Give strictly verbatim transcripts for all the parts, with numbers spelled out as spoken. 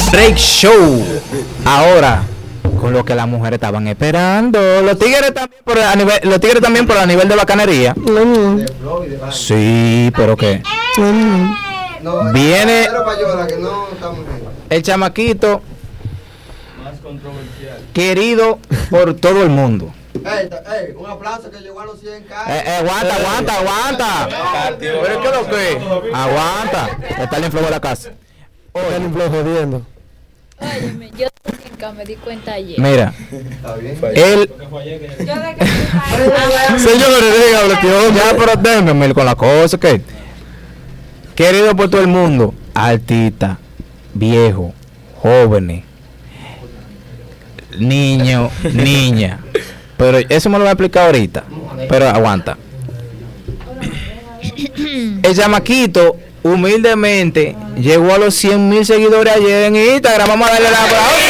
Break Show. Ahora, con lo que las mujeres estaban esperando. Los tigres también por a nivel, los tigres también por a nivel de bacanería. Mm. Sí, pero qué. Mm. Viene el chamaquito más controversial, querido por todo el mundo. Ey, ey, un aplauso que llegó a los cien K. Eh, eh, aguanta, aguanta, aguanta. Pero es que lo que. Aguanta. Está el influjo de la casa. Está el influjo jodiendo. Óyeme, yo nunca me di cuenta ayer. Mira, él. Señores, dígame, tío. Ya, pero déjenme con la cosa que. Querido por todo el mundo, artista, viejo, jóvenes, niño, niña. Pero eso me lo voy a explicar ahorita. Pero aguanta. El chamaquito humildemente llegó a los cien mil seguidores ayer en Instagram. Vamos a darle la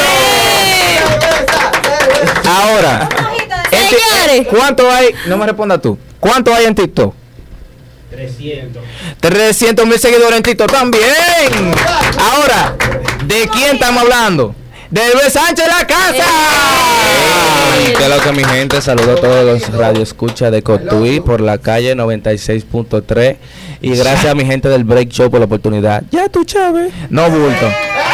aplauso. Ahora, señores, ¿cuánto hay? No me respondas tú. ¿Cuánto hay en TikTok? trescientos. trescientos mil seguidores en TikTok también. Ahora, ¿de quién estamos hablando? De Luis Sánchez la casa. ¿Qué es lo que mi gente? Saludo a todos los radioescuchas de Cotuí por la calle noventa y seis punto tres. Y gracias a mi gente del Break Show por la oportunidad. Ya tú, Chávez. No bulto.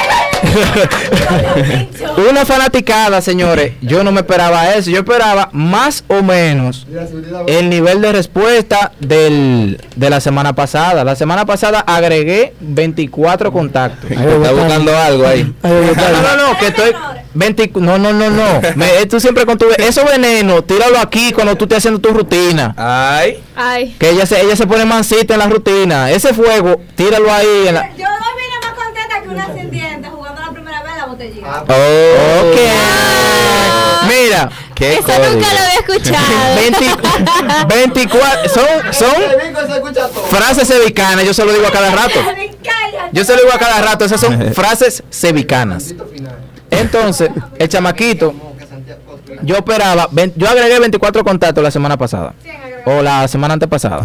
Una fanaticada, señores. Yo no me esperaba eso. Yo esperaba más o menos el nivel de respuesta del, de la semana pasada. La semana pasada agregué veinticuatro contactos. ¿Está buscando algo ahí? No, no, no, que estoy veinte, no, no, no, no. Me, tú siempre con tu eso veneno, tíralo aquí cuando tú estés haciendo tu rutina. Ay. Ay. Que ella se ella se pone mansita en la rutina. Ese fuego, tíralo ahí en la... Yo no vine más contenta que una ascendiente jugando la primera vez la botellita. Oh, ok. Ah. Mira, ¿qué eso código? Nunca lo había escuchado. veinte, veinticuatro son son frases sevicanas, yo se lo digo a cada rato. Yo se lo digo a cada rato, esas son frases sevicanas. Entonces, el chamaquito, yo esperaba, yo agregué veinticuatro contactos la semana pasada o la semana antepasada.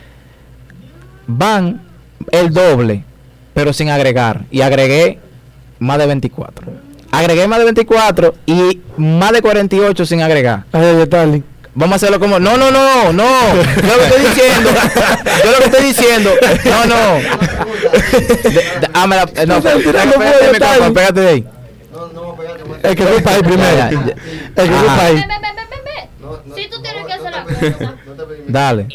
Van el doble, pero sin agregar, y agregué más de veinticuatro. Agregué más de veinticuatro y más de cuarenta y ocho sin agregar. Ay, Starling. Vamos a hacerlo como... No, no, no, no. Yo lo que estoy diciendo... Yo lo que estoy diciendo... No, no. Ah, me la... No, pégate de ahí. El que fue para ahí primero. El que fue para ahí. Si tú tienes que hacer la cosa. Dale.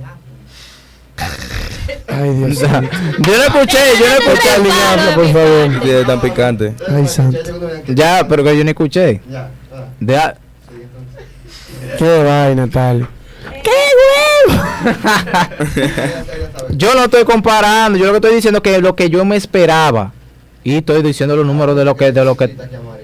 Ay, Dios. Yo no escuché, yo no escuché. Alinearlo, por favor. Sí, es tan picante. Ay, santo. Ya, pero que yo no escuché. De a... Qué vaina, tal. ¡Qué huevo! Yo no estoy comparando, yo lo que estoy diciendo es que lo que yo me esperaba. Y estoy diciendo los números de lo que de lo que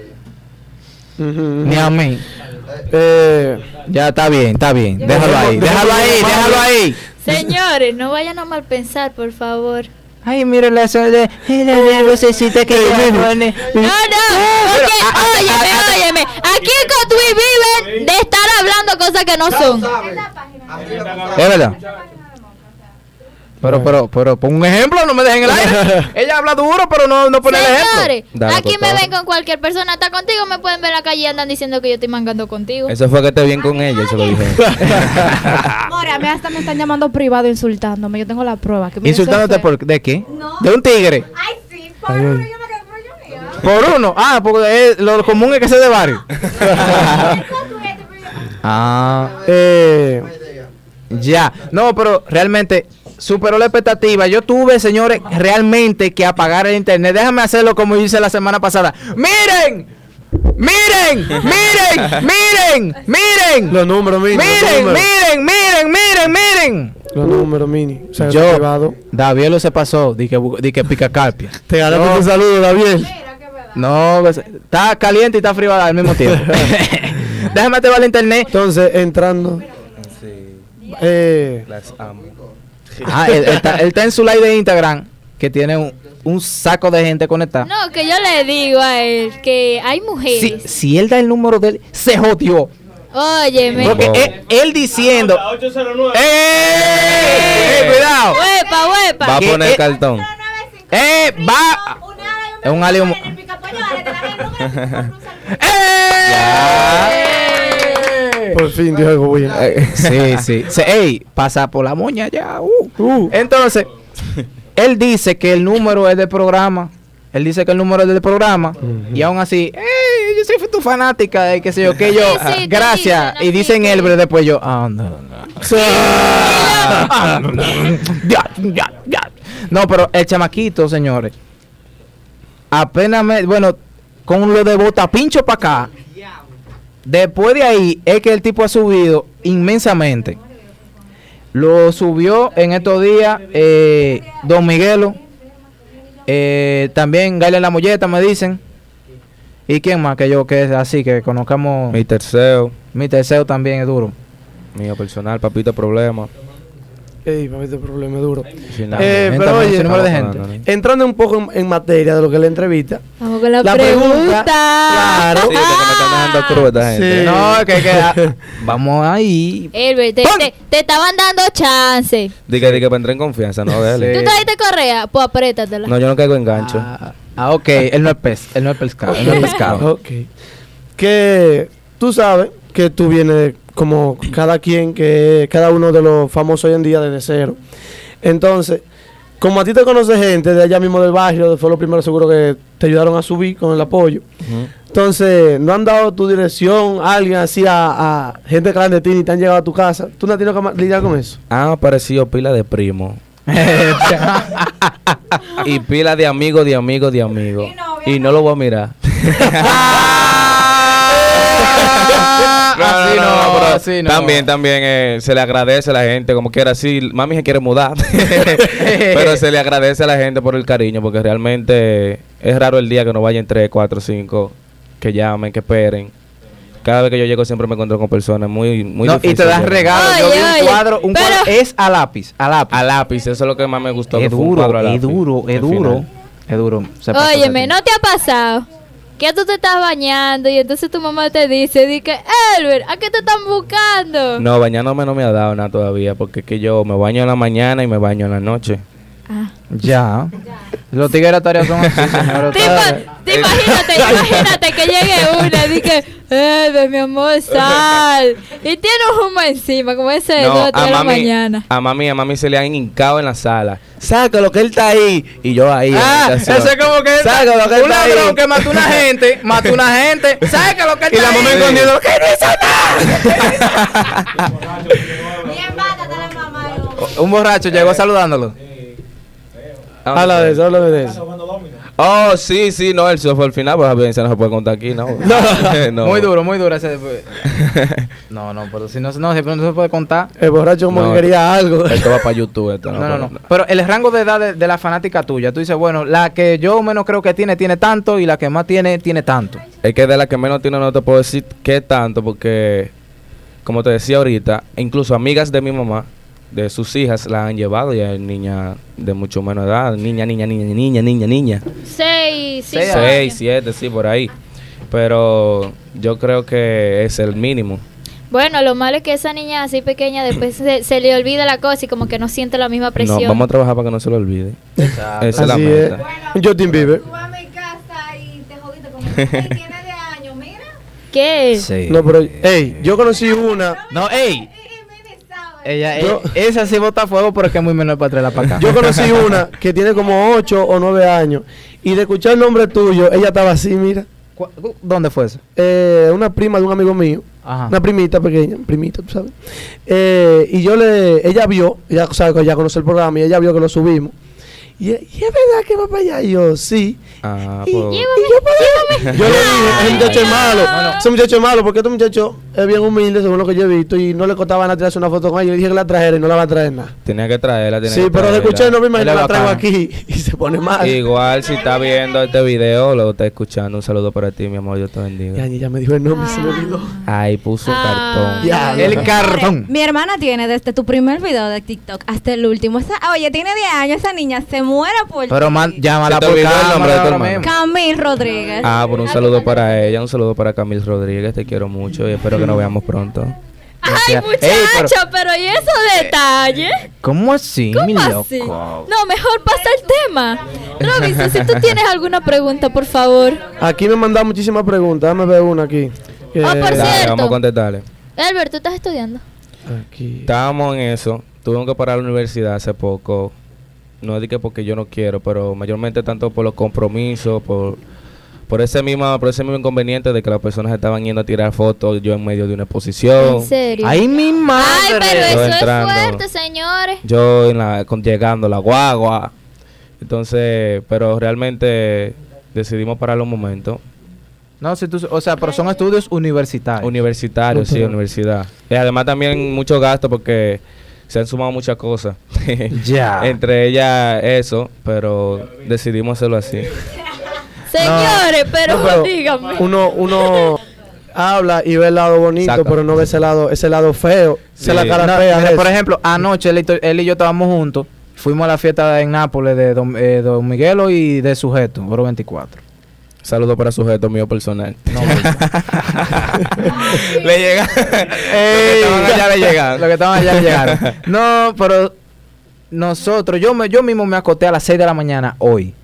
ni a mí. Eh, ya está bien, está bien. Déjalo ahí, déjalo ahí, déjalo ahí. Señores, no vayan a mal pensar, por favor. Ay, mire la de la vocecita que pone. No, no, porque, óyeme, óyeme. Aquí en Cotuí viven de estar hablando cosas que no son. Es verdad. Pero, pero, pero, pon un ejemplo, no me dejen el aire. Ella habla duro, pero no, no pone el ejemplo. Señores, aquí me ven con cualquier persona, hasta contigo me pueden ver en la calle y andan diciendo que yo estoy mangando contigo. Eso fue que te vi con ella, se lo dije. Ahora, a mí hasta me están llamando privado insultándome, yo tengo la prueba. Que ¿Insultándote por de qué? No. De un tigre. Ay, sí, por uno, yo me quedé por yo mía. Por uno, ah, porque es, lo común es que sea de barrio. Ah, eh, ya, no, pero realmente superó la expectativa. Yo tuve, señores, realmente que apagar el internet. Déjame hacerlo como hice la semana pasada. ¡Miren! ¡Miren! ¡Miren! ¡Miren! ¡Miren! Los números, mini. ¡Miren! ¡Miren! ¡Miren! ¡Miren! ¡Miren! Los números, mini. O sea, yo, privado. David lo se pasó. Di que, di que pica carpia. Te ganaste no. Un saludo, David. No, está caliente y está frío al mismo tiempo. Déjame te va al internet. Entonces, entrando. Sí. Eh. Las amo. Ah, él, él, está, él está en su live de Instagram, que tiene un, un saco de gente conectada. No, que yo le digo a él que hay mujeres. Si, si él da el número de él, se jodió. Óyeme. Porque él, él diciendo... ocho cero nueve. ¡Eh! ¡Eh! ¡Cuidado! ¡Huepa, huepa! Va a poner eh, cartón. ¡Eh! ¡Va! Es un alien... Por fin dijo algo bueno. Eh, sí, sí. Se- ey, pasa por la moña ya. Uh. Uh. Entonces, él dice que el número es del programa. Él dice que el número es del programa. Y aún así, ey, yo soy tu fanática de qué sé yo, que yo. Sí, sí, te Gracias. dicen Y dicen así, él, sí. pero después yo. Ah, no, no. Ah, no, no. Ya, ya, ya. No, pero el chamaquito, señores. Apenas me. Bueno, con lo de botapincho para acá. Después de ahí es que el tipo ha subido inmensamente. Lo subió en estos días eh, Don Miguelo. Eh, también Gaila La Molleta me dicen. ¿Y quién más que yo que es así que conozcamos? Mi tercero, Mi tercero también es duro. mío personal, papito problema. Ey, para este problema es duro. Sin nada. Eh, Gente, pero no, oye, sin número de No, gente. no, no, no. Entrando un poco en, en materia de lo que es la entrevista. Vamos con la, La pregunta. pregunta, claro. Sí, porque me están dejando cruda esta gente. Sí. No, que, que vamos ahí. Elber, te, te, te estaban dando chance. Diga, diga, para entrar en confianza, no, dale. Sí. ¿Tú trajiste correa? Pues apriétatela. No, yo no caigo en gancho. Ah, ah, ok, él no es pez, él no es pescado, él no es pescado. Ok. Que tú sabes que tú vienes como cada quien, que cada uno de los famosos hoy en día desde cero. Entonces, como a ti te conoce gente de allá mismo del barrio, fue lo primero seguro que te ayudaron a subir con el apoyo. Ujú. Entonces, ¿no han dado tu dirección a alguien así a, a gente clandestina y te han llegado a tu casa? ¿Tú no has tenido que ma- lidiar con eso? Han aparecido pila de primo. Y pila de amigos, de amigos, de amigos. Y no lo voy a mirar. Así no, pero así no. También, también eh, se le agradece a la gente, como quiera, sí, mami se quiere mudar. Pero se le agradece a la gente por el cariño, porque realmente es raro el día que no vayan tres, cuatro, cinco, que llamen, que esperen. Cada vez que yo llego siempre me encuentro con personas muy, muy No, y te difíciles. das regalos. Yo Oye, vi un oye, cuadro, un pero- cuadro es a lápiz, a lápiz. A lápiz, eso es lo que más me gustó. Es que fue un duro, cuadro a es lápiz, duro, es al duro. final. Es duro. Se pasa Óyeme, ese ¿no te ha pasado? Que tú te estás bañando y entonces tu mamá te dice, di que, Elber, ¿a qué te están buscando? No, bañándome no me ha dado nada todavía, porque es que yo me baño en la mañana y me baño en la noche. Ah. Ya. Los tigres tareas son así, señor. Tipo, te imagínate, imagínate que llegue una, di que, Elber, mi amor, sal. Y tiene un humo encima, como ese de dos o tres de la mañana. a mami, a mami se le han hincado en la sala. Sácalo que él está ahí. Y yo ahí. en la Ah, habitación. eso es como que Sácalo que él un está ahí. ladrón que mató una gente, mató una gente, saca lo que él Y la está mamá ahí. escondiendo, que no hizo nada. Un borracho llegó saludándolo. Habla de eso, habla de eso. Oh, sí, sí, no, él se fue al final, pues la violencia no se puede contar aquí, ¿no? No. Muy duro, muy duro ese. No, no, pero si no, no, si no se puede contar. El borracho como No. que quería algo. Esto va para YouTube, esto no. No, no, no. Pero el rango de edad de, de la fanática tuya, tú dices, bueno, la que yo menos creo que tiene, tiene tanto, y la que más tiene, tiene tanto. Es que de la que menos tiene no te puedo decir qué tanto, porque, como te decía ahorita, incluso amigas de mi mamá, de sus hijas, la han llevado, ya es niña de mucho menos edad, niña, niña, niña, niña, niña, niña. Seis, cinco Seis, Seis, años. siete, sí, por ahí. Pero yo creo que es el mínimo. Bueno, lo malo es que esa niña así pequeña después se, se le olvida la cosa y como que no siente la misma No, presión. vamos a trabajar para que no se lo olvide. Esa es la Así es. meta. Justin Bieber. Tú vas a mi casa y te jodiste con él. Tiene de años, mira. ¿Qué? Sí. No, pero, ey, yo conocí una. No, ey. Y, y me sabe. Ella, Yo- eh, esa sí bota fuego porque es muy menor para traerla para acá. Yo conocí una que tiene como ocho o nueve años. Y de escuchar el nombre tuyo, ella estaba así, mira. ¿Cu- ¿Dónde fue eso? Eh, una prima de un amigo mío. Ajá. Una primita pequeña, primita, tú sabes. Eh, y yo le, ella vio, ella sabe que ya conoce el programa y ella vio que lo subimos. Y, y es verdad que va para allá. Y yo, sí. Ah, Y, pues. y yo, pues, yo le dije, ese muchacho es malo. Ese muchacho es malo porque este muchacho es bien humilde, según lo que yo he visto. Y no le costaba nada tirarse una foto con ella. Yo le dije que la trajera y no la va a traer nada. Tenía que traerla, tenía Sí, que pero de traerla. escuchar no me imagino Él es la traigo bacano. aquí y se pone mal. Igual si está viendo este video, lo está escuchando, un saludo para ti, mi amor, Dios te bendiga. Ya, ya me dijo el nombre, se me olvidó. Ahí puso un Ah. cartón. Ya, El cartón. Mi hermana tiene desde tu primer video de TikTok hasta el último. Esa, oye, tiene diez años, esa niña se muere por Pero man, llámala Se te por olvidó el cámara nombre de tu ahora hermana. mismo. Camil Rodríguez. Ah, por un saludo para ella, un saludo para Camil Rodríguez, te quiero mucho y espero que nos veamos pronto. Ay, muchacho, pero, pero ¿y esos detalles? ¿Cómo así, ¿Cómo mi así? loco? No, mejor pasa el tema. Robinson, si tú tienes alguna pregunta, por favor. Aquí me mandan muchísimas preguntas. Déjame ver una aquí. Que- Oh, por Dale, cierto. vamos a contestarle. Albert, ¿tú estás estudiando? Aquí. Estábamos en eso. Tuvimos que parar la universidad hace poco. No es de que porque yo no quiero, pero mayormente tanto por los compromisos, por por ese mismo por ese mismo inconveniente de que las personas estaban yendo a tirar fotos yo en medio de una exposición. ¿En serio? ¡Ay, mi madre! Ay, pero Yo eso entrando. es fuerte, señores. Yo en la, con, llegando la guagua. Entonces, pero realmente decidimos pararlo un momento. No, si tú, o sea, pero son estudios universitarios. Universitario, sí, universidad. Y además también mucho gasto porque se han sumado muchas cosas. Ya. Entre ellas eso, pero decidimos hacerlo así. Señores, pero, No, pero díganme. Uno, uno habla y ve el lado bonito, Exacto. pero no ve ese lado, ese lado feo. Sí. Esa es la cara No, fea. mira, de por eso. ejemplo, anoche él y, to- él y yo estábamos juntos. Fuimos a la fiesta en Nápoles de Don, eh, Don Miguelo y de Sujeto, Oro veinticuatro. Saludo para sujeto mío personal. No, Le llega. Ey, Los que estaban allá le llegan. Los que estaban allá le llegaron. No, pero nosotros, yo me, yo mismo me acosté a las seis de la mañana hoy.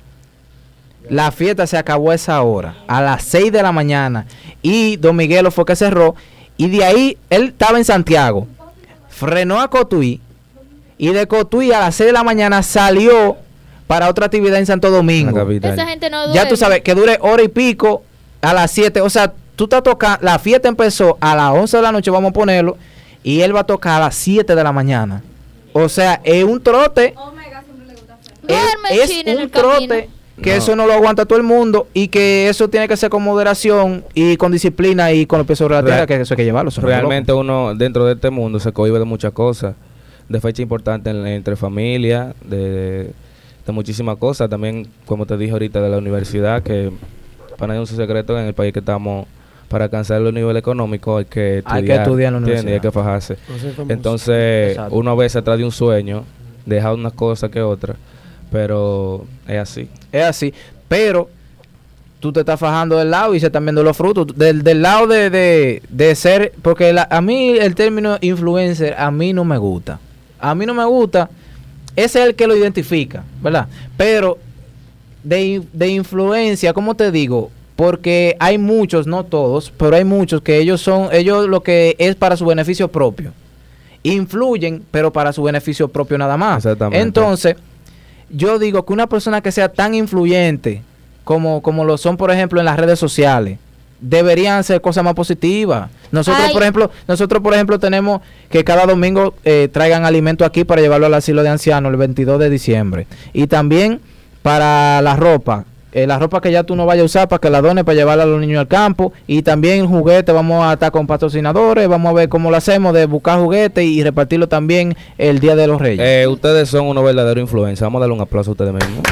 La fiesta se acabó a esa hora, a las seis de la mañana. Y Don Miguelo fue que cerró. Y de ahí, él estaba en Santiago. Frenó a Cotuí. Y de Cotuí a las seis de la mañana salió para otra actividad en Santo Domingo. La capital. Esa gente no duerme. Ya tú sabes, que dure hora y pico a las siete. O sea, tú estás tocando, la fiesta empezó a las once de la noche, vamos a ponerlo, y él va a tocar a las siete de la mañana. O sea, es un trote. Duerme Es, es China en un el camino. trote que No. eso no lo aguanta todo el mundo y que eso tiene que ser con moderación y con disciplina y con los pies sobre la tierra, Real- que eso hay que llevarlo. eso no es Realmente uno dentro de este mundo se cohíbe de muchas cosas, de fecha importante en- entre familia, de, de muchísimas cosas. También, como te dije ahorita, de la universidad, que para nadie es un secreto en el país que estamos, para alcanzar el nivel económico hay que estudiar. Hay que estudiar en la ¿entiendes? Y hay universidad. que fajarse. No soy famoso. Entonces, Exacto. uno a veces atrás de un sueño, deja unas cosas que otras, pero es así. Es así, pero tú te estás fajando del lado y se están viendo los frutos. Del, del lado de, de, de ser, porque la- a mí el término influencer a mí no me gusta. A mí no me gusta, ese es el que lo identifica, ¿verdad? Pero de, in- de influencia, ¿cómo te digo? Porque hay muchos, no todos, pero hay muchos que ellos son, ellos lo que es para su beneficio propio. Influyen, pero para su beneficio propio nada más. Exactamente. Entonces, yo digo que una persona que sea tan influyente como, como lo son, por ejemplo, en las redes sociales, deberían ser cosas más positivas. Nosotros, Ay. por ejemplo, nosotros, por ejemplo, tenemos que cada domingo eh, traigan alimento aquí para llevarlo al asilo de ancianos el veintidós de diciembre. Y también para la ropa. Eh, la ropa que ya tú no vayas a usar para que la dones para llevarla a los niños al campo. Y también juguetes, vamos a estar con patrocinadores, vamos a ver cómo lo hacemos de buscar juguetes y repartirlo también el Día de los Reyes. Eh, ustedes son unos verdaderos influencers. Vamos a darle un aplauso a ustedes mismos.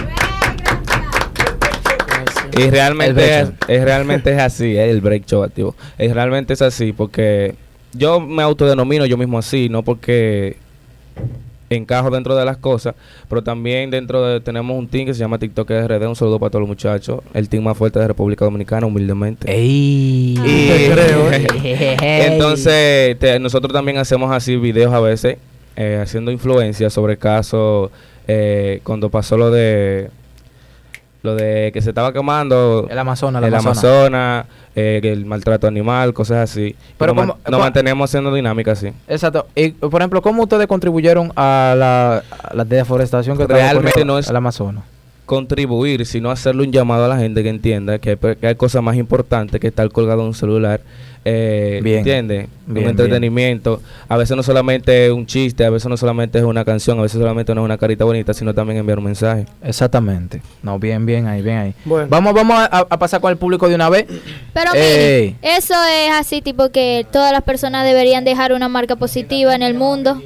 Y El realmente break es, es realmente es así, es el break show activo. Es realmente es así porque yo me autodenomino yo mismo así, no porque encajo dentro de las cosas, pero también dentro de tenemos un team que se llama TikTok R D, un saludo para todos los muchachos, el team más fuerte de República Dominicana, humildemente. ¡Ey! Y Te creo, ¿eh? entonces te- nosotros también hacemos así videos a veces, eh, haciendo influencia sobre casos, eh, cuando pasó lo de lo de que se estaba quemando El Amazonas, el el Amazonas. Amazonas, eh, que el maltrato animal, cosas así. Pero Pero nos, como- man- nos cua- mantenemos haciendo dinámica así. Exacto. Y, por ejemplo, ¿cómo ustedes contribuyeron a la, a la deforestación que estaba Realmente ocurriendo no es- al Amazonas? Contribuir, sino hacerle un llamado a la gente que entienda que hay, pe- que hay cosas más importantes que estar colgado en un celular. Eh, Bien. ¿Entiendes? Bien, Un entretenimiento. A veces no solamente es un chiste, a veces no solamente es una canción, a veces solamente no es una carita bonita, sino también enviar un mensaje. Exactamente. No, bien, bien ahí, bien ahí. Bueno. Vamos, vamos a, a pasar con el público de una vez. Pero Ey. mire, eso es así, tipo que todas las personas deberían dejar una marca positiva en el mundo.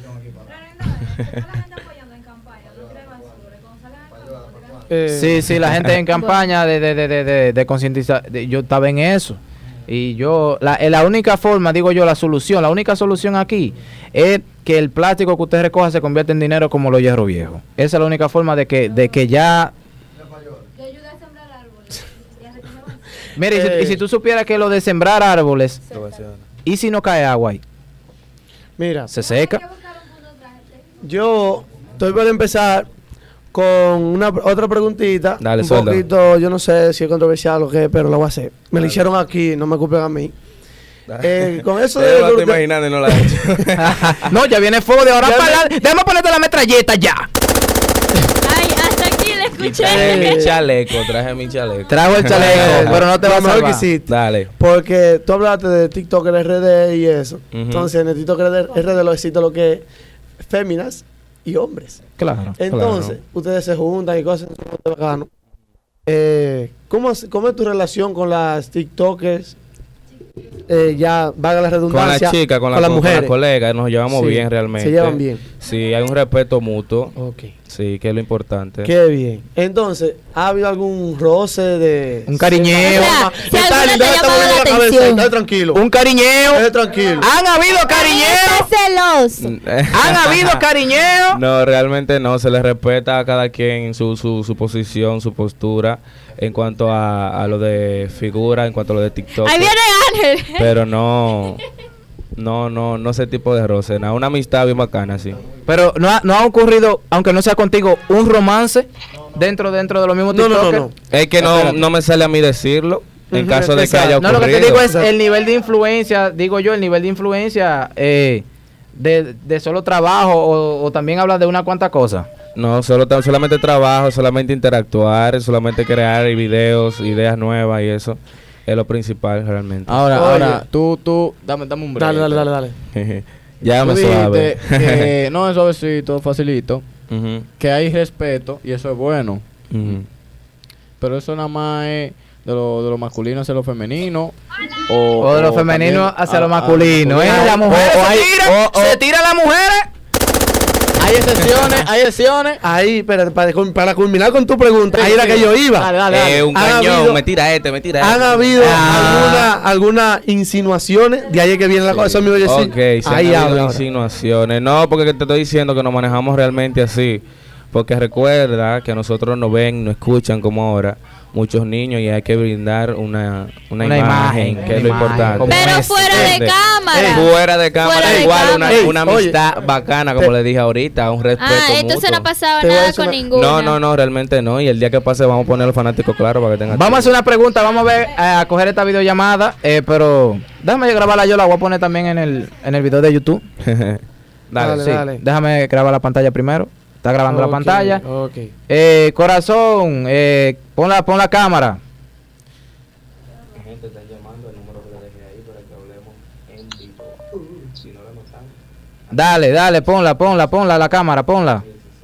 Eh, Sí, sí, la gente en campaña de, de, de, de, de, de concientizar. de- Yo estaba en eso. Y yo, la, eh, la única forma, digo yo, la solución, la única solución aquí es que el plástico que usted recoja se convierta en dinero como los hierro viejos. Esa es la única forma de que, de que ya... Mire, y si- Eh. y si tú supieras que lo de sembrar árboles ¿Y si no cae agua ahí? Mira, ¿Se seca? yo estoy por empezar con una otra preguntita. Dale, un suéltalo. poquito, yo no sé si es controversial o qué, pero lo voy a hacer. Me lo hicieron aquí, no me culpen a mí. Eh, con eso de, Yo lo estoy de- imaginando y no la he hecho. No, ya viene fuego de ahora Ya para me- adelante. Déjame ponerte la metralleta ya. Ay, hasta aquí le Traje escuché. mi chaleco, traje mi chaleco. Trajo el chaleco, pero no te lo va a mejor que salvar. hiciste. Dale. Porque tú hablaste de TikTok, R D y eso. Ujú. Entonces, en el TikTok R D lo existe lo que es féminas y hombres. Claro. Entonces, claro. ustedes se juntan y cosas, eso es bacano. Eh, ¿cómo, es- ¿Cómo es tu relación con las TikTokers? Eh, ya, valga la Con redundancia. la chica, con, la, con las con, con mujeres. la colega, nos llevamos Sí, bien realmente. se llevan bien. Sí, hay un respeto mutuo. Ok. Sí, que es lo importante. Qué bien. Entonces, ¿ha habido algún roce de... Un cariñeo. O sea, si Está alguna bien, te está llama moviendo la cabeza, atención. está tranquilo. Un cariñeo. Esté tranquilo. ¿Han habido cariñeos? celoso. ¿Han habido cariñeos? No, realmente no. Se le respeta a cada quien su, su, su posición, su postura en cuanto a, a lo de figura, en cuanto a lo de TikTok. Ahí viene Ángel. Pero no, no, no, no ese tipo de roce. Nada, una amistad bien bacana, sí. Pero no ha, no ha ocurrido, aunque no sea contigo, un romance dentro dentro de los mismos No, no, no, TikTokers. no. Es que no, Espérate. no me sale a mí decirlo. En Ujú, caso de que exacto. haya No, ocurrido. lo que te digo es el nivel de influencia, digo yo, el nivel de influencia eh, de, de solo trabajo o, o también habla de una cuanta cosa. No, solo, tan- solamente trabajo, solamente interactuar, solamente crear videos, ideas nuevas y eso es lo principal realmente. Ahora, Oye. ahora, tú, tú, dame, dame un break. Dale, dale, dale, dale. Ya Tú me suave. dijiste que no es suavecito, facilito, Ujú, que hay respeto y eso es bueno. ujú. Pero eso nada más es de lo, de lo masculino hacia lo femenino. O, O de lo o femenino también hacia a- lo a- masculino. ¿eh? masculino. Las mujeres O- o se hay- tiran, o- o- se tiran las mujeres. Hay excepciones, hay excepciones. Ahí, pero para, para culminar con tu pregunta, ahí era que yo iba. Dale, dale, dale. Eh, un Han cañón, habido- me tira este, me tira ¿Han este. habido Ah. alguna, alguna insinuaciones? De ahí es que viene la cosa, eso me iba a decir. Ok, se ahí han habido habla ahora. insinuaciones. No, porque te estoy diciendo que nos manejamos realmente así. Porque recuerda que a nosotros nos ven, nos escuchan como ahora muchos niños y hay que brindar una, una, Una imagen, imagen, que es una lo imagen, importante. como Pero es. fuera de ¿Entiendes? cámara. Fuera de cámara, Fuera de igual cámara. una, Ey, una oye. amistad bacana, como Te- le dije ahorita, un respeto Ah, entonces mutuo. no ha pasado Te voy a nada decir con una- ninguno. No, no, no, realmente no. Y el día que pase vamos a poner los fanáticos claro para que tengan. Vamos a hacer una pregunta, vamos a ver, eh, a coger esta videollamada, eh, pero déjame grabarla yo, la voy a poner también en el, en el video de YouTube. Dale. Dale, Sí, dale. déjame grabar la pantalla primero. Está grabando la Ok, pantalla. Ok. Eh, corazón, eh, pon la, pon la cámara. La gente está llamando el número que le dejé ahí para que hablemos en vivo. Si no lo notamos. Dale, dale, ponla, ponla, ponla, la cámara, ponla.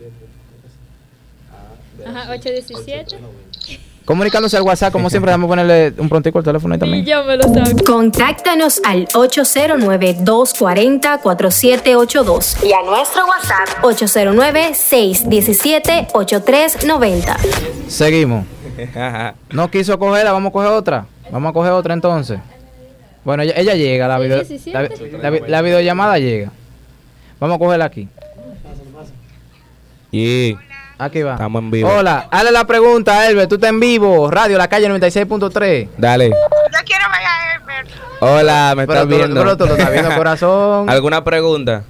Ajá, ocho diecisiete. Comunicándose al WhatsApp, como siempre, déjame ponerle un prontico al teléfono ahí Y también. yo me lo saco. Contáctanos al ocho cero nueve, dos cuatro cero, cuatro siete ocho dos y a nuestro WhatsApp ocho cero nueve, seis uno siete, ocho tres nueve cero. Seguimos. No quiso cogerla, vamos a coger otra. Vamos a coger otra entonces. Bueno, ella, ella llega, la, video, la, la, vi- la videollamada llega. Vamos a cogerla aquí. Y Aquí va. Estamos en vivo. Hola, hazle la pregunta, Elber. Tú estás en vivo. Radio La Calle noventa y seis punto tres. dale. Yo quiero ver a Herbert. Hola, me Pero estás tú, viendo. pero tú lo estás viendo, corazón. ¿Alguna pregunta?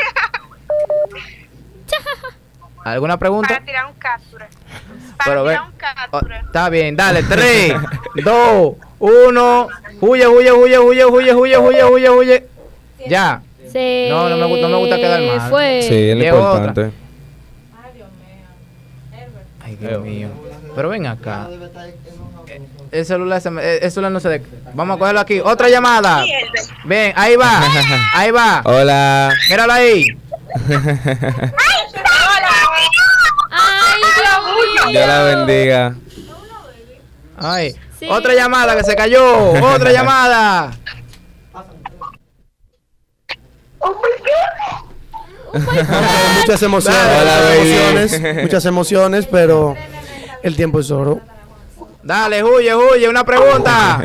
¿Alguna pregunta? Para tirar un capture. Para Pero ve- tirar un Oh, capture. está bien, dale. tres, dos, uno. Huye, huye, huye, huye, huye, huye, huye, huye, huye. Ya. Se No, no me gu- no me gusta quedar mal. Fue. Sí, es lo Llegó otra. importante. Ay, Dios mío. Pero ven acá. Eh, El celular, se me- eh, el celular no se de... Vamos a cogerlo aquí. Otra llamada. Sí, Herbert. Ven, ahí va. Ahí va. Hola. Míralo ahí. Ay, Dios mío. Dios la bendiga. Ay. Sí. Otra llamada que se cayó. Otra llamada. Muchas emociones, Hola, muchas baby. emociones, muchas emociones, pero el tiempo es oro. Dale, huye, huye. Una pregunta.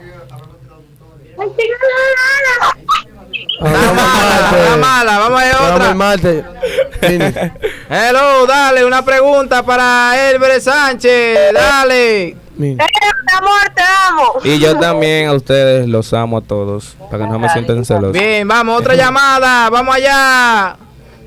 Está mala, está mala. Vamos a ir a Vamos el otra. martes. Vini. Hello, dale. Una pregunta para Elber Sánchez. Dale. Vini. amor, te amo. Y yo también a ustedes los amo a todos. Para que no me sientan celosos. Bien, vamos, otra llamada. Vamos allá.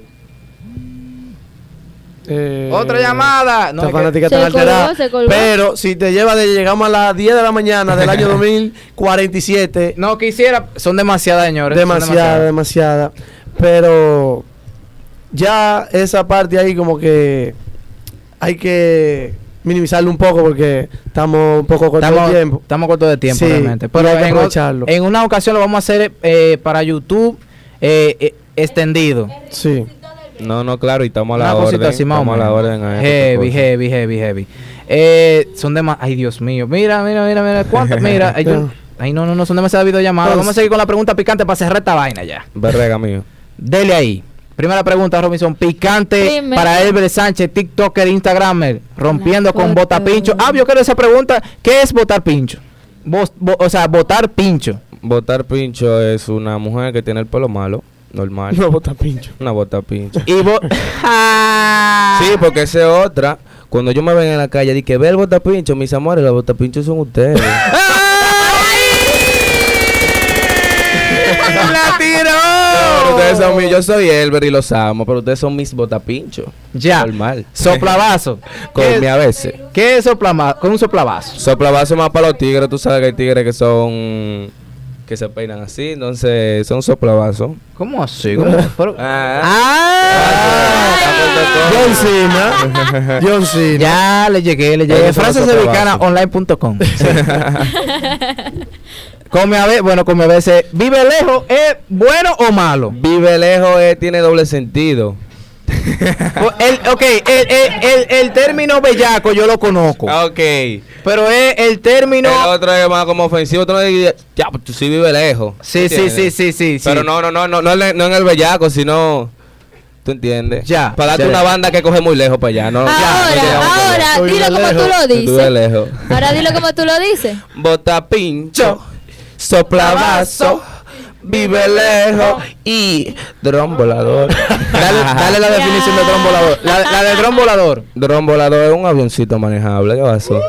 Eh, Otra llamada. No, Esta es que- fanática Se está alterada. colgó, se colgó. Pero si te lleva de llegamos a las diez de la mañana del año dos mil cuarenta y siete. No quisiera. Son demasiadas, señores. son Demasiada, demasiada. Pero ya esa parte ahí como que hay que minimizarlo un poco porque estamos un poco cortos Estamos, de tiempo. estamos cortos de tiempo, Sí, realmente. pero Pero hay que en, o- aprovecharlo. en una ocasión lo vamos a hacer eh, para YouTube eh, eh, extendido. Sí. No, no, claro, y estamos a la Una cosita orden. así más o Estamos a la menos. orden. a esta Heavy, cosa. heavy, heavy, heavy. Eh, son demasiadas. Ay, Dios mío. Mira, mira, mira, mira. ¿Cuántas? Mira. Ay, yo- ay, no, no, no. Son demasiadas videollamadas. Vamos a seguir con la pregunta picante para cerrar esta vaina ya. Verrega mío. Dele ahí. Primera pregunta, Robinson. Picante Primero. para Elber Sánchez, TikToker, Instagramer, rompiendo con foto. bota pincho. Ah, yo quiero esa pregunta. ¿Qué es botar pincho? Vos- vo- o sea, botar pincho. Botar pincho es una mujer que tiene el pelo malo, normal. Una bota pincho. Una bota pincho. Y vos. Sí, porque esa es otra. Cuando yo me ven en la calle, di que ve el botapincho, mis amores, los botapinchos son ustedes. ¡La tiró! Pero ustedes son mis, yo soy Elber y los amo, pero ustedes son mis botapinchos. Ya. Normal. Soplavazo. Con ¿Qué, mi a veces. ¿Qué es soplama- con un soplavazo? Soplavazo más para los tigres, tú sabes que hay tigres que son que se peinan así, entonces son soplavazo. ¿Cómo así? ¿Cómo? Pero- Ah. ¡Ah! John Cena. John Cena. Ya le llegué, le llegué. Esos son los Francesevicana soplabazos. online punto com. Come a ver, bueno, come a veces. ¿Vive lejos es bueno o malo? Vive lejos eh, tiene doble sentido. O- el, ok, el, el, el, el término bellaco yo lo conozco. Ok. Pero es el término. El otro es más como ofensivo, otro es ya, pues tú sí vives lejos. Sí, sí, ¿Entiendes? sí, sí, sí, sí. Pero no, no, no, no, no, en- no en el bellaco, sino ¿tú entiendes? Ya, Para darte ya. una banda que coge muy lejos para allá, no. Ahora, ya, no llegamos para allá. ahora, Tú dilo vives como tú lejos, lo Tú vives dices. lejos. Ahora dilo como tú lo dices. Botapincho, soplavazo, vive lejos y dron volador. Dale, dale la definición de dron volador. La, la de dron volador. Dron volador es un avioncito manejable, ¿qué pasó?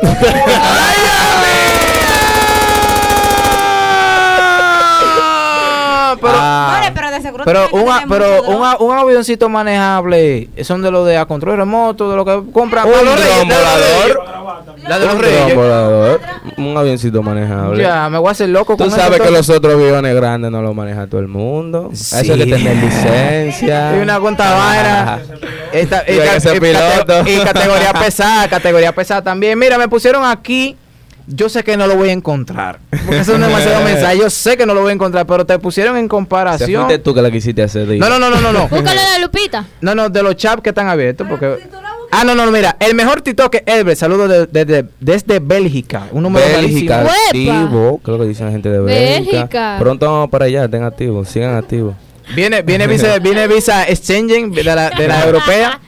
Pero, More, pero de seguro pero, tiene que un, a- tener pero mucho un, dron. a- un avioncito manejable son de los de a control remoto, de lo que compran Un para los reyes, dron de los reyes. volador. La de los Un reyes. dron volador, un avioncito manejable. Ya, me voy a hacer loco Tú con sabes eso que todo. los otros aviones grandes no los maneja todo el mundo. Sí. Eso hay que tener licencia. Y una cuenta vaina. Esta, Y hay que ser y piloto. cate- y categoría pesada, categoría pesada también. Mira, me pusieron aquí. Yo sé que no lo voy a encontrar. Porque son demasiados mensajes. Yo sé que no lo voy a encontrar, pero te pusieron en Se comparación. fuiste tú que la quisiste hacer. No, no, no, no, no, no. Búscale la Lupita. No, no, de los chats que están abiertos. Porque... Ah, no, no, mira. El mejor TikTok es Elber. Saludos de- de- de- desde Bélgica. Un número Bélgica, rarísimo. ¡Huepa! activo. ¿Qué es lo que dicen la gente de Bélgica? Bélgica. Pronto vamos para allá, estén activos, sigan activos. Viene, viene Visa, viene Visa Exchanging de la, de la europea.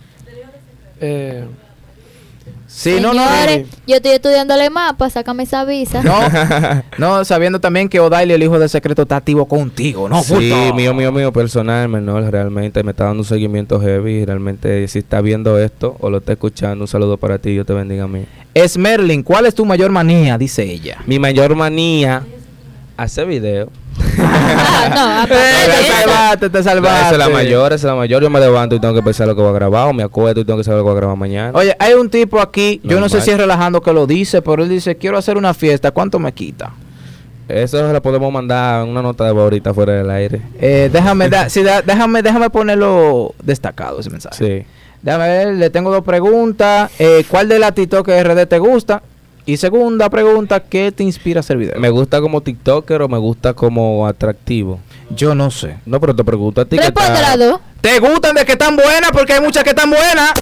Eh, Sí, no, no. Señores, yo estoy estudiándole mapa, sácame esa visa. No, no, sabiendo también que Odailio, el hijo del secreto, está activo contigo. No, Sí, puto. mío, mío, mío, personal, menor, realmente me está dando un seguimiento heavy. Realmente, si está viendo esto o lo está escuchando, un saludo para ti, Dios te bendiga a mí. Esmerlin, ¿cuál es tu mayor manía? Dice ella. Mi mayor manía, hacer video. Ah, no, aparte Eh, de te eso. salvaste, te salvaste. Esa es la mayor, esa es la mayor. Yo me levanto y tengo que pensar lo que voy a grabar, o me acuesto y tengo que saber lo que voy a grabar mañana. Oye, hay un tipo aquí, yo no sé Normal. si es relajando que lo dice, pero él dice, quiero hacer una fiesta, ¿cuánto me quita? Eso se la podemos mandar en una nota de voz ahorita fuera del aire. Eh, déjame, da- sí, da- déjame, déjame ponerlo destacado ese mensaje. Sí. Déjame ver, le tengo dos preguntas. Eh, ¿Cuál de las TikTok R D te gusta? Y segunda pregunta, ¿qué te inspira a hacer video? ¿Me gusta como TikToker o me gusta como atractivo? Yo no sé. No, pero te pregunto a ti. ¿qué Responde tal? las dos. ¿Te gustan de que están buenas? Porque hay muchas que están buenas.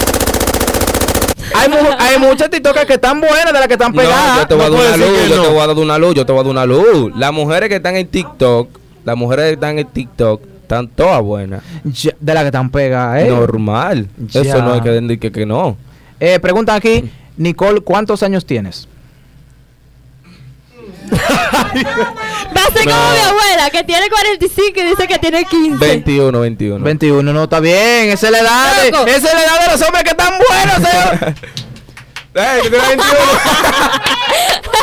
Hay, mu- hay muchas TikTokers que están buenas de las que están No, pegadas. yo te voy a No dar una puedes decir luz, que yo no. te voy a dar una luz, yo te voy a dar una luz. Las mujeres que están en TikTok, las mujeres que están en TikTok, están todas buenas. Ya, de las que están pegadas, ¿eh? Normal. Ya. Eso no hay que decir que, que no. Eh, preguntan aquí, Nicole, ¿cuántos años tienes? Va a ser No. como mi abuela, que tiene cuarenta y cinco y dice que tiene quince. veintiuno, veintiuno. veintiuno, no, está bien. Esa es la edad de, Loco. esa es la edad de los hombres que están buenos, señor. Ey, tú tienes veintiuno.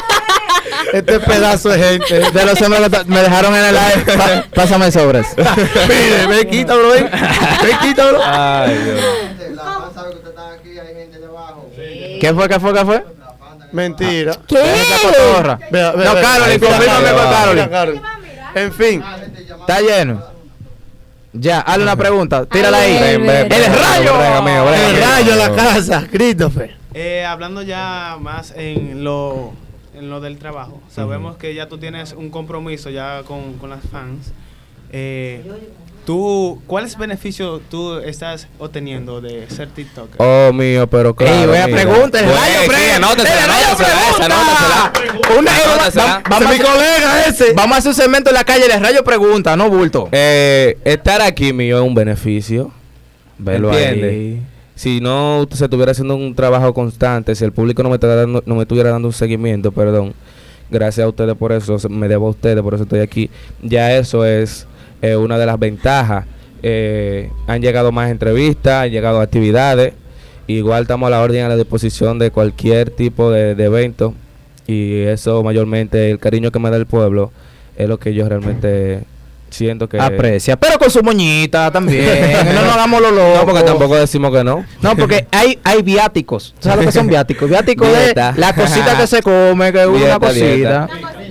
Este pedazo de gente. De los hombres que ta- me dejaron en el aire. Pa- pásame sobres. Mire, me quita, bro. ven. Me quita, bro. Ay, Dios. La fan sabe que usted está aquí, hay gente debajo. ¿Qué fue, qué fue, qué fue? Mentira. ¿Qué? Esa cotorra. Vea, vea, No, vea. Carolyn, Ahí confírmame está, con Carolyn. mira, Carolyn. En fin. Está lleno. Ya, hazle una pregunta. Tírala ahí. Ven, ven, ¡El ven. rayo! Brega, amigo, brega. El rayo en la casa, Christopher. Eh, hablando ya más en lo, en lo del trabajo, sabemos que ya tú tienes un compromiso ya con, con las fans. Eh, tú, ¿cuáles beneficios tú estás obteniendo de ser TikToker? Oh, mío, pero claro. Ey, voy a mira. preguntar. El Güey, rayo sí, pregunta. anótasela, El rayo anótasela, esa, pregunta. anótasela. Una, Anótasela. va- vamos, a mi hacer, colega ese. vamos a hacer un segmento en la calle. El rayo pregunta, no bulto. Eh, estar aquí mío es un beneficio. Velo ¿Entiendes? ahí. Si no se estuviera haciendo un trabajo constante, si el público no me, estuviera dando, no me estuviera dando un seguimiento, perdón, gracias a ustedes por eso, se- me debo a ustedes, por eso estoy aquí. Ya eso es eh, una de las ventajas. Eh, han llegado más entrevistas, han llegado actividades. Igual estamos a la orden y a la disposición de cualquier tipo de, de evento. Y eso mayormente, el cariño que me da el pueblo, es lo que yo realmente siento que... Aprecia, pero con su moñita también. No nos hagamos los locos. No, porque tampoco decimos que no. No, porque hay, hay viáticos. ¿Tú sabes lo que son viáticos? Viáticos de Dieta. la cosita que se come, que es una Dieta, cosita. dieta.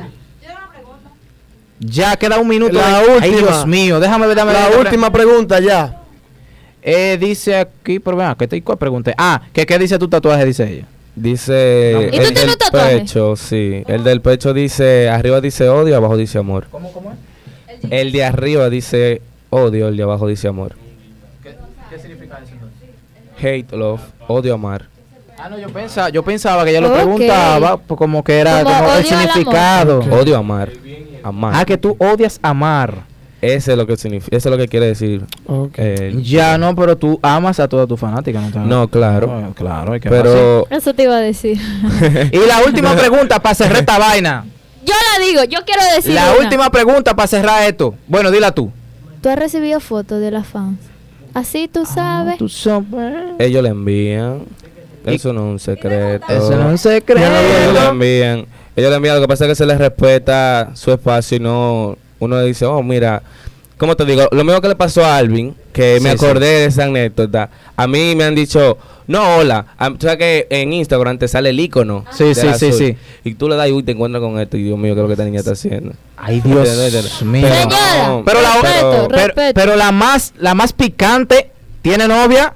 Ya queda un minuto. La de- Ay, última. Dios mío, déjame ver. Dame La ver- última pregunta ya. Eh, dice aquí, pero vean, ¿qué te cuál pregunté? Ah, ¿qué, ¿qué dice tu tatuaje? Dice ella. Dice ¿Y tú el tienes del un tatuaje? pecho, sí. El del pecho dice, arriba dice odio, abajo dice amor. ¿Cómo, cómo es? El de arriba dice odio, el de abajo dice amor. ¿Qué significa eso entonces? Hate, love, odio, amar. Ah, no, yo pensaba, yo pensaba que ella lo Ok. preguntaba pues, como que era Como como el odio al amor. significado. Odio, amar. Amar. Ah, que tú odias amar. Ese es lo que significa, eso es lo que quiere decir. Ok. eh, Ya no, pero tú amas a toda tu fanática, ¿no? te- No, claro. No, claro, hay que Pero Eso te iba a decir. amar. Y la última pregunta para cerrar esta vaina. Yo la digo, yo quiero decir La una. última pregunta para cerrar esto. Bueno, dila tú. ¿Tú has recibido fotos de las fans? Así tú sabes. Tú sabes. ellos le envían. Eso no es un secreto. Eso no es un secreto. Ellos le envían. Ellos le envían. Lo que pasa es que se les respeta su espacio y no. Uno le dice, oh, mira. ¿Cómo te digo? Lo mismo que le pasó a Alvin, que me Sí, acordé de esa anécdota. A mí me han dicho, no, hola. A- Tú sabes que en Instagram te sale el icono. Sí, del sí, sí, azul. sí. Y tú le das y uy, te encuentras con esto. Y Dios mío, ¿qué es lo que esta niña está haciendo? Ay, Dios Entiéndete. mío. Pero Señora, no, Pero la, Respeto, pero, respeto. pero la más la más picante tiene novia.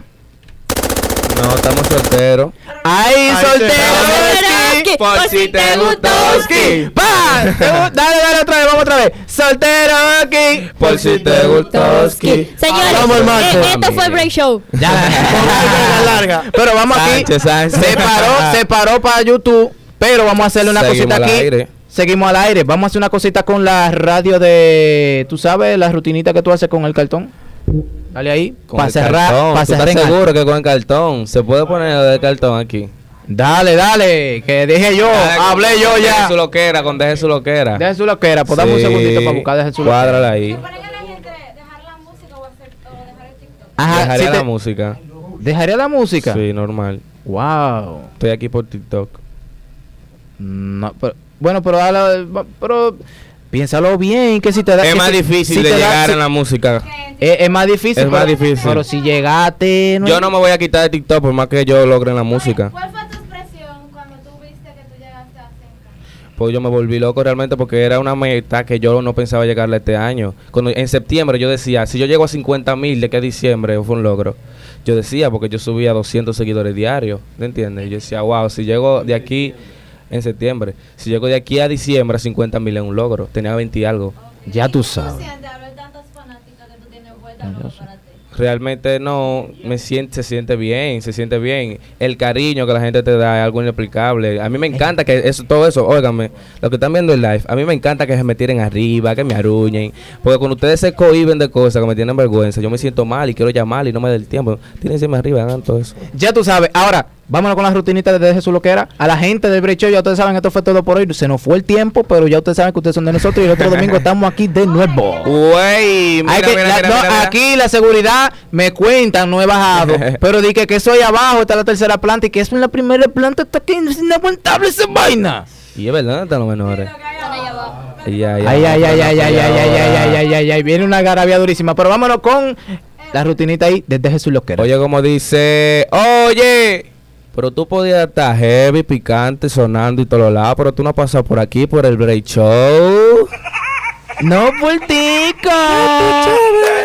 No, estamos solteros. Ay, soltero. Solteroski, por si te Gustoski. ¡Pa! Te gu- Dale, dale otra vez, vamos otra vez. Soltero aquí. Por si te gustoski. Señores, Vamos al macho. eh, esto fue el break show. Ya. Larga, larga. Pero vamos aquí. Sánchez, Sánchez. Se paró, se paró para YouTube. Pero vamos a hacerle una Seguimos cosita al aquí. aire. Seguimos al aire. Vamos a hacer una cosita con la radio de. ¿Tú sabes la rutinita que tú haces con el cartón? Dale ahí. Con Para el cerrar. cartón. Para ¿Tú cerrar. estás en alto. seguro que con el cartón? ¿Se puede poner el cartón aquí? Dale, dale. Que dije yo. Dale, Hablé con- yo con ya. Deje su loquera, con deje su loquera. Deje su loquera. Pues dame un Sí, segundito para buscar. Deje su loquera. Cuádrala ahí. Ajá, Dejaría si la te- música. ¿Dejaría la música? Sí, normal. Wow. Estoy aquí por TikTok. No, pero, bueno, pero, habla- pero piénsalo bien, que si te da... Es que más si- difícil si de te da- llegar si- en la música. es, es más difícil. Es más pero- difícil. Pero si llegaste... no Yo es- no me voy a quitar de TikTok por más que yo logre en la música. ¿Cuál fue tu expresión cuando tú viste que tú llegaste a cinco? Pues yo me volví loco realmente porque era una meta que yo no pensaba llegarle este año. Cuando en septiembre yo decía, si yo llego a cincuenta mil de que diciembre fue un logro. Yo decía, porque yo subía doscientos seguidores diarios, ¿me entiendes? Y yo decía, wow, si llego de aquí en septiembre, si llego de aquí a diciembre a cincuenta mil es un logro. Tenía veinte y algo. Ya tú sabes. Realmente no, me siente, se siente bien, se siente bien. El cariño que la gente te da es algo inexplicable. A mí me encanta que eso, todo eso, óigame, lo que están viendo en live, a mí me encanta que se me tiren arriba, que me arruñen. Porque cuando ustedes se cohiben de cosas que me tienen vergüenza, yo me siento mal y quiero llamar y no me da el tiempo. Tírense arriba, hagan todo eso. Ya tú sabes. Ahora, vámonos con la rutinita de Deje su loquera. A la gente del Break Show, ya ustedes saben, esto fue todo por hoy. Se nos fue el tiempo, pero ya ustedes saben que ustedes son de nosotros y el otro domingo estamos aquí de nuevo. Güey, mira, Hay que- mira, la- mira, no, mira, mira. Aquí la seguridad me cuentan, no he bajado. Pero di que, que soy abajo, está la tercera planta y que es en la primera planta, está que es inaguantable esa vaina. Y es verdad, ¿dónde están los menores? Ay, ay, ay, ay, ay, ay, ay, ay, ay, ay, ay, ay, ay, viene una garabia durísima. Pero vámonos con la rutinita ahí desde Jesús Loquero. Oye, como dice, oye, pero tú podías estar heavy, picante, sonando y todos los lados, pero tú no has pasado por aquí, por el break show. No, pultica.